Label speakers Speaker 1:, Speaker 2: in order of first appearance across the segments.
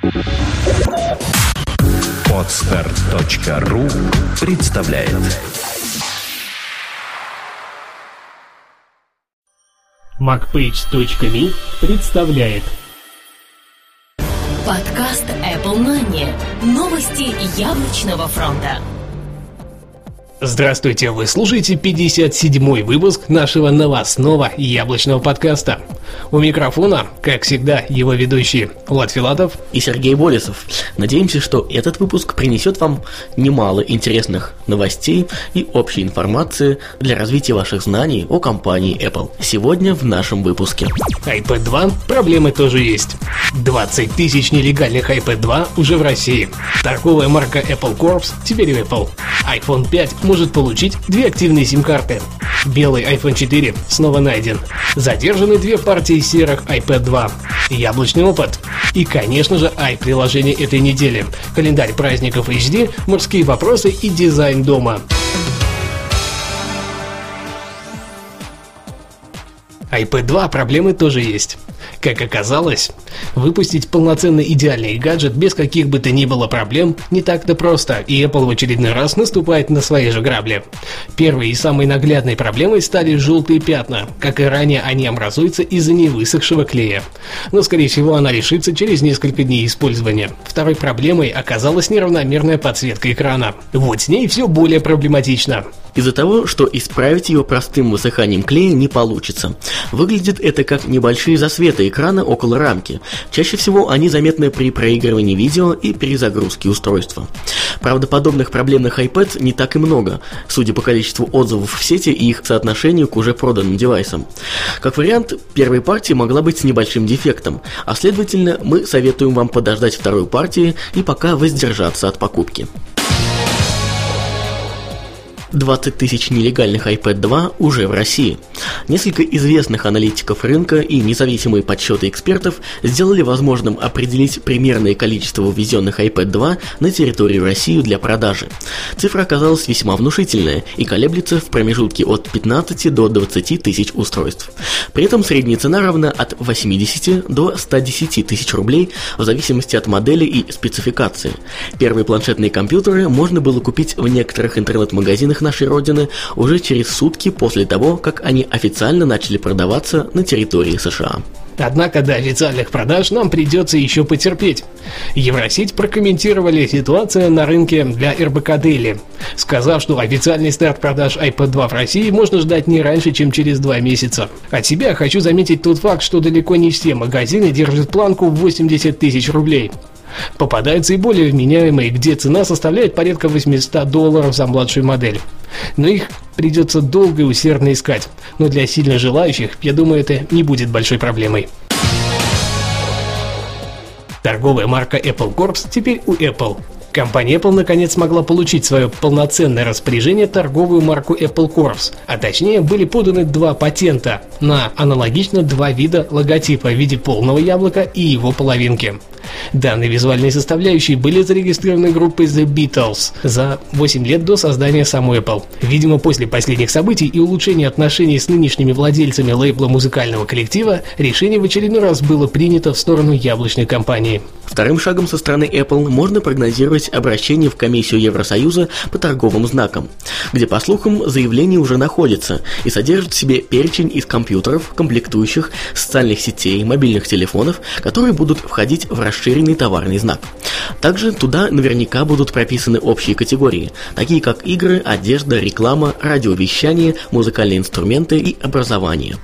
Speaker 1: Podstart.ru представляет.
Speaker 2: MacPage.me представляет
Speaker 3: подкаст Apple Money. Новости яблочного фронта.
Speaker 2: Здравствуйте, вы слушаете 57-й выпуск нашего новостного яблочного подкаста. У микрофона, как всегда, его ведущие Влад Филатов
Speaker 4: и Сергей Болесов. Надеемся, что этот выпуск принесет вам немало интересных новостей и общей информации для развития ваших знаний о компании Apple. Сегодня в нашем выпуске.
Speaker 2: iPad 2 проблемы тоже есть. 20 тысяч нелегальных iPad 2 уже в России. Торговая марка Apple Corps теперь в Apple. iPhone 5 может получить 2 активные сим-карты. Белый iPhone 4 снова найден. Задержаны 2 партии серых iPad 2. Яблочный опыт. И, конечно же, приложение этой недели. Календарь праздников HD, морские вопросы и дизайн дома. iPad 2 проблемы тоже есть. Как оказалось, выпустить полноценный идеальный гаджет без каких бы то ни было проблем не так-то просто, и Apple в очередной раз наступает на свои же грабли. Первой и самой наглядной проблемой стали желтые пятна. Как и ранее, они образуются из-за невысохшего клея. Но, скорее всего, она решится через несколько дней использования. Второй проблемой оказалась неравномерная подсветка экрана. Вот с ней все более проблематично.
Speaker 4: Из-за того, что исправить ее простым высыханием клея не получится. Выглядит это как небольшие засветы экрана около рамки. Чаще всего они заметны при проигрывании видео и перезагрузке устройства. Правда, подобных проблемных iPad не так и много, судя по количеству отзывов в сети и их соотношению к уже проданным девайсам. Как вариант, первая партия могла быть с небольшим дефектом, а следовательно, мы советуем вам подождать второй партии и пока воздержаться от покупки. 20 тысяч нелегальных iPad 2 уже в России. Несколько известных аналитиков рынка и независимые подсчеты экспертов сделали возможным определить примерное количество ввезенных iPad 2 на территорию России для продажи. Цифра оказалась весьма внушительная и колеблется в промежутке от 15 до 20 тысяч устройств. При этом средняя цена равна от 80 до 110 тысяч рублей в зависимости от модели и спецификации. Первые планшетные компьютеры можно было купить в некоторых интернет-магазинах нашей родины уже через сутки после того, как они официально начали продаваться на территории США.
Speaker 2: Однако до официальных продаж нам придется еще потерпеть. Евросеть прокомментировали ситуацию на рынке для РБК Daily, сказав, что официальный старт продаж iPad 2 в России можно ждать не раньше, чем через 2 месяца. От себя хочу заметить тот факт, что далеко не все магазины держат планку в 80 тысяч рублей. Попадаются и более вменяемые, где цена составляет порядка $800 за младшую модель. Но их придется долго и усердно искать. Но для сильно желающих, я думаю, это не будет большой проблемой. Торговая марка Apple Corps теперь у Apple. Компания Apple наконец смогла получить в свое полноценное распоряжение торговую марку Apple Corps, а точнее были поданы 2 патента на аналогично 2 вида логотипа в виде полного яблока и его половинки. Данные визуальные составляющие были зарегистрированы группой The Beatles за 8 лет до создания самой Apple. Видимо, после последних событий и улучшения отношений с нынешними владельцами лейбла музыкального коллектива, решение в очередной раз было принято в сторону яблочной компании.
Speaker 4: Вторым шагом со стороны Apple можно прогнозировать обращение в Комиссию Евросоюза по торговым знакам, где, по слухам, заявление уже находится и содержит в себе перечень из компьютеров, комплектующих, социальных сетей, мобильных телефонов, которые будут входить в расширенный товарный знак. Также туда наверняка будут прописаны общие категории, такие как игры, одежда, реклама, радиовещание, музыкальные инструменты и образование.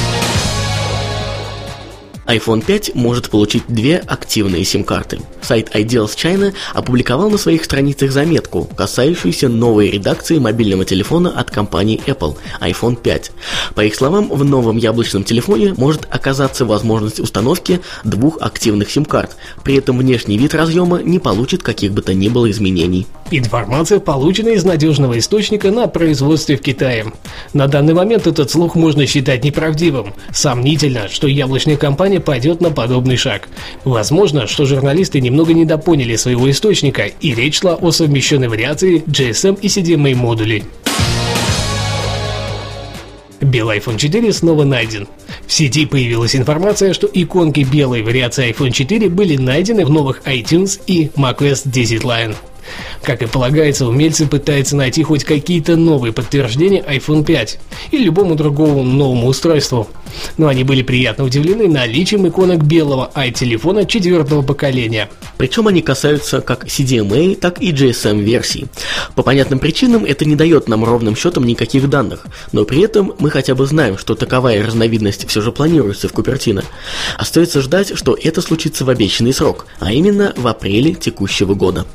Speaker 4: iPhone 5 может получить 2 активные сим-карты. Сайт Ideals China опубликовал на своих страницах заметку, касающуюся новой редакции мобильного телефона от компании Apple iPhone 5. По их словам, в новом яблочном телефоне может оказаться возможность установки 2 активных сим-карт, при этом внешний вид разъема не получит каких бы то ни было изменений.
Speaker 2: Информация получена из надежного источника на производстве в Китае. На данный момент этот слух можно считать неправдивым. Сомнительно, что яблочная компания пойдет на подобный шаг. Возможно, что журналисты немного недопоняли своего источника, и речь шла о совмещенной вариации GSM и CDMA модулей. Белый iPhone 4 снова найден. В сети появилась информация, что иконки белой вариации iPhone 4 были найдены в новых iTunes и macOS 10 Lion. Как и полагается, умельцы пытаются найти хоть какие-то новые подтверждения iPhone 5 или любому другому новому устройству. Но они были приятно удивлены наличием иконок белого i-телефона 4-го поколения.
Speaker 4: Причем они касаются как CDMA, так и GSM-версий. По понятным причинам это не дает нам ровным счетом никаких данных, но при этом мы хотя бы знаем, что таковая разновидность все же планируется в Купертино. Остается ждать, что это случится в обещанный срок, а именно в апреле текущего года.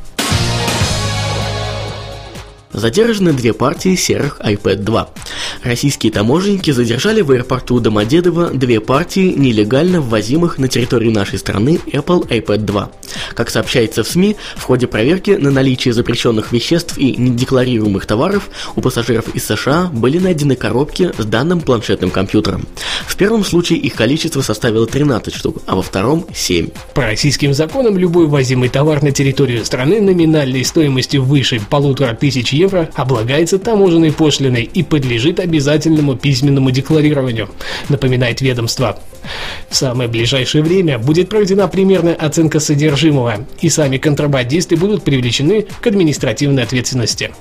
Speaker 4: Задержаны 2 партии серых iPad 2. Российские таможенники задержали в аэропорту Домодедово 2 партии нелегально ввозимых на территорию нашей страны Apple iPad 2. Как сообщается в СМИ, в ходе проверки на наличие запрещенных веществ и недекларируемых товаров у пассажиров из США были найдены коробки с данным планшетным компьютером. В первом случае их количество составило 13 штук, а во втором 7.
Speaker 2: По российским законам любой ввозимый товар на территорию страны номинальной стоимостью выше 1500 евро облагается таможенной пошлиной и подлежит обязательному письменному декларированию, напоминает ведомство. В самое ближайшее время будет проведена примерная оценка содержимого, и сами контрабандисты будут привлечены к административной ответственности.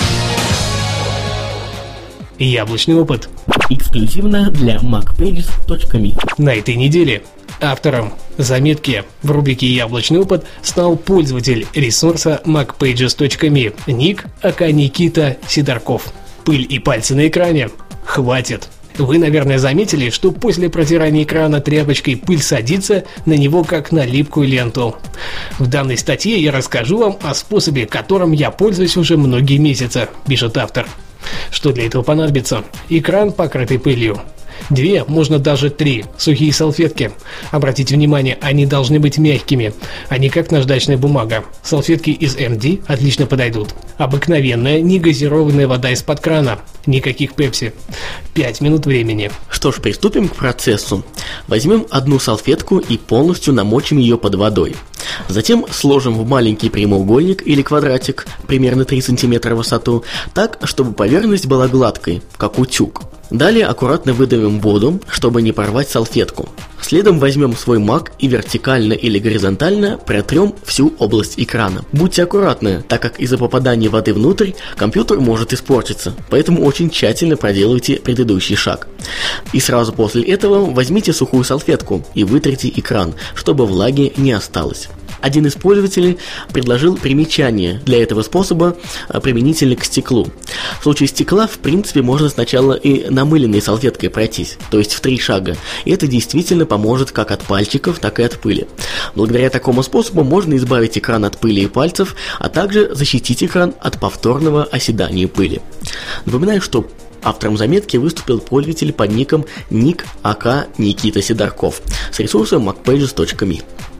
Speaker 2: Яблочный опыт.
Speaker 4: Эксклюзивно для macpages.me.
Speaker 2: На этой неделе автором заметки в рубрике «Яблочный опыт» стал пользователь ресурса macpages.me, ник АК Никита Сидорков. Пыль и пальцы на экране? Хватит! Вы, наверное, заметили, что после протирания экрана тряпочкой пыль садится на него как на липкую ленту. В данной статье я расскажу вам о способе, которым я пользуюсь уже многие месяцы, пишет автор. Что для этого понадобится? Экран, покрытый пылью. 2, можно даже 3 сухие салфетки. Обратите внимание, они должны быть мягкими, а не как наждачная бумага. Салфетки из MD отлично подойдут. Обыкновенная негазированная вода из-под крана. Никаких пепси. 5 минут времени.
Speaker 4: Что ж, приступим к процессу. Возьмем одну салфетку и полностью намочим ее под водой. Затем сложим в маленький прямоугольник или квадратик, примерно 3 см в высоту, так, чтобы поверхность была гладкой, как утюг. Далее аккуратно выдавим воду, чтобы не порвать салфетку. Следом возьмем свой Mac и вертикально или горизонтально протрем всю область экрана. Будьте аккуратны, так как из-за попадания воды внутрь компьютер может испортиться, поэтому очень тщательно проделывайте предыдущий шаг. И сразу после этого возьмите сухую салфетку и вытрите экран, чтобы влаги не осталось. Один из пользователей предложил примечание для этого способа применительно к стеклу. В случае стекла, в принципе, можно сначала и намыленной салфеткой пройтись, то есть в 3 шага. И это действительно поможет как от пальчиков, так и от пыли. Благодаря такому способу можно избавить экран от пыли и пальцев, а также защитить экран от повторного оседания пыли. Напоминаю, что автором заметки выступил пользователь под ником ник АК Никита Сидорков с ресурса macpages.me.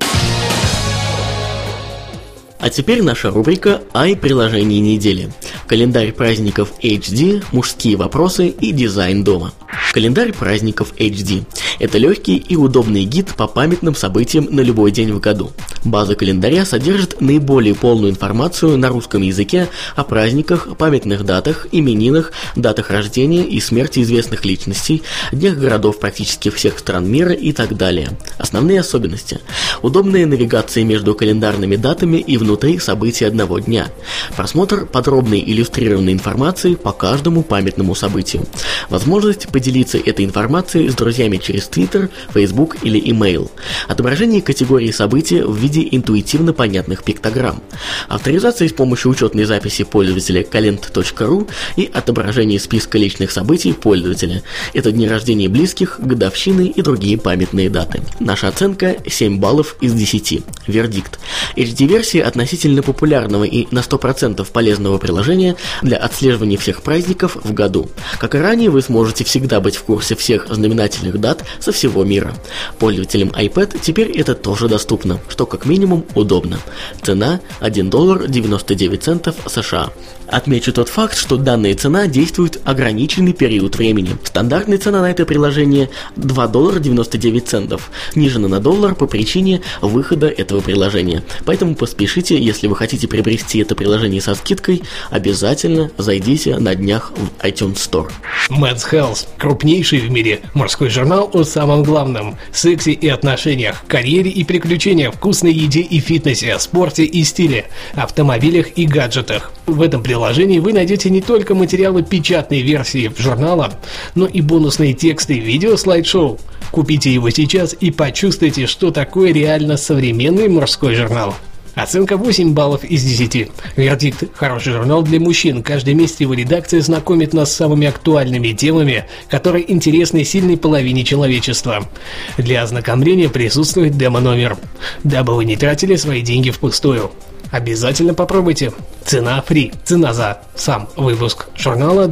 Speaker 4: А теперь наша рубрика «Ай-приложение недели». Календарь праздников HD, мужские вопросы и дизайн дома. Календарь праздников HD – это легкий и удобный гид по памятным событиям на любой день в году. База календаря содержит наиболее полную информацию на русском языке о праздниках, памятных датах, именинах, датах рождения и смерти известных личностей, днях городов практически всех стран мира и так далее. Основные особенности – удобная навигация между календарными датами и внутри событий одного дня, просмотр подробной иллюстрированной информации по каждому памятному событию, возможность поделиться этой информацией с друзьями через Twitter, Facebook или email, отображение категории событий в виде интуитивно понятных пиктограмм, авторизация с помощью учетной записи пользователя calend.ru и отображение списка личных событий пользователя. Это дни рождения близких, годовщины и другие памятные даты. Наша оценка 7 баллов из 10. Вердикт. HD-версия относительно популярного и на 100% полезного приложения для отслеживания всех праздников в году. Как и ранее, вы сможете всегда быть в курсе всех знаменательных дат со всего мира. Пользователям iPad теперь это тоже доступно, что как минимум удобно. Цена $1.99 США. Отмечу тот факт, что данная цена действует ограниченный период времени. Стандартная цена на это приложение $2.99, снижена на $1 по причине выхода этого приложения. Поэтому поспешите, если вы хотите приобрести это приложение со скидкой, обязательно зайдите на днях в iTunes Store.
Speaker 2: Men's Health. Крупнейший в мире морской журнал о самом главном – сексе и отношениях, карьере и приключениях, вкусной еде и фитнесе, спорте и стиле, автомобилях и гаджетах. В этом приложении вы найдете не только материалы печатной версии журнала, но и бонусные тексты, видео, слайд-шоу. Купите его сейчас и почувствуйте, что такое реально современный морской журнал. Оценка 8 баллов из 10. Вердикт – хороший журнал для мужчин. Каждый месяц его редакция знакомит нас с самыми актуальными темами, которые интересны сильной половине человечества. Для ознакомления присутствует демо-номер, дабы вы не тратили свои деньги впустую. Обязательно попробуйте. Цена фри. Цена за сам выпуск журнала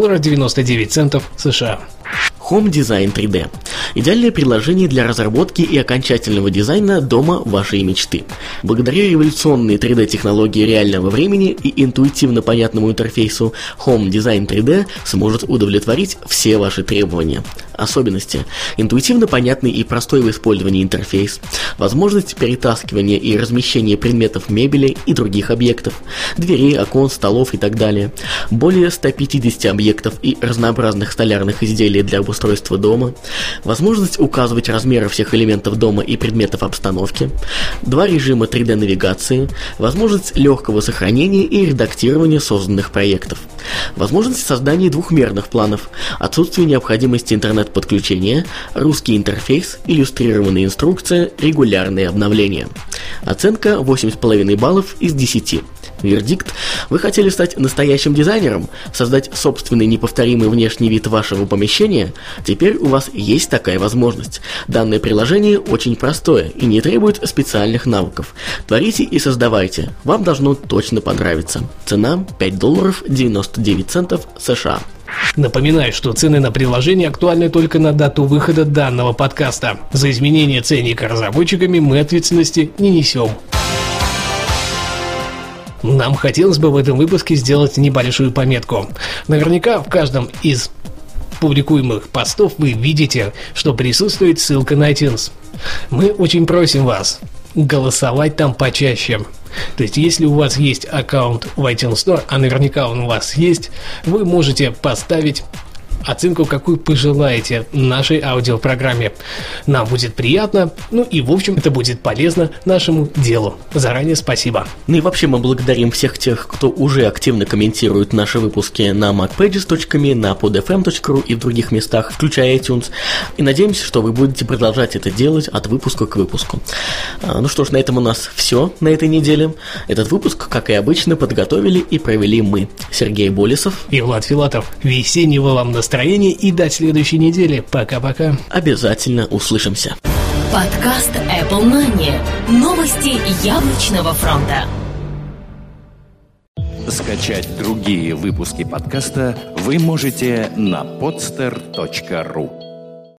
Speaker 2: $2.99 США.
Speaker 4: Home Design 3D. Идеальное приложение для разработки и окончательного дизайна дома вашей мечты. Благодаря революционной 3D-технологии реального времени и интуитивно понятному интерфейсу, Home Design 3D сможет удовлетворить все ваши требования. Особенности. Интуитивно понятный и простой в использовании интерфейс, возможность перетаскивания и размещения предметов мебели и других объектов, дверей, окон, столов и так далее, более 150 объектов и разнообразных столярных изделий для обустройства дома, возможность указывать размеры всех элементов дома и предметов обстановки, 2 режима 3D-навигации, возможность легкого сохранения и редактирования созданных проектов, возможность создания двухмерных планов, отсутствие необходимости интернет-подключения, русский интерфейс, иллюстрированная инструкция, регулярные обновления. Оценка 8,5 баллов из 10. Вердикт: вы хотели стать настоящим дизайнером, создать собственный неповторимый внешний вид вашего помещения? Теперь у вас есть такая возможность. Данное приложение очень простое и не требует специальных навыков. Творите и создавайте, вам должно точно понравиться. Цена $5.99 США.
Speaker 2: Напоминаю, что цены на приложение актуальны только на дату выхода данного подкаста. За изменение ценника разработчиками мы ответственности не несем. Нам хотелось бы в этом выпуске сделать небольшую пометку. Наверняка в каждом из публикуемых постов вы видите, что присутствует ссылка на iTunes. Мы очень просим вас голосовать там почаще. То есть, если у вас есть аккаунт в iTunes Store, а наверняка он у вас есть, вы можете поставить оценку, какую пожелаете нашей аудиопрограмме. Нам будет приятно, и в общем это будет полезно нашему делу. Заранее спасибо.
Speaker 4: И вообще мы благодарим всех тех, кто уже активно комментирует наши выпуски на macpages.me, на podfm.ru и в других местах, включая iTunes. И надеемся, что вы будете продолжать это делать от выпуска к выпуску. Ну что ж, на этом у нас все на этой неделе. Этот выпуск, как и обычно, подготовили и провели мы, Сергей Болесов
Speaker 2: и Влад Филатов. Весеннего вам настроения и до следующей недели. Пока-пока.
Speaker 4: Обязательно услышимся.
Speaker 3: Подкаст Apple Money. Новости яблочного фронта.
Speaker 1: Скачать другие выпуски подкаста вы можете на podster.ru.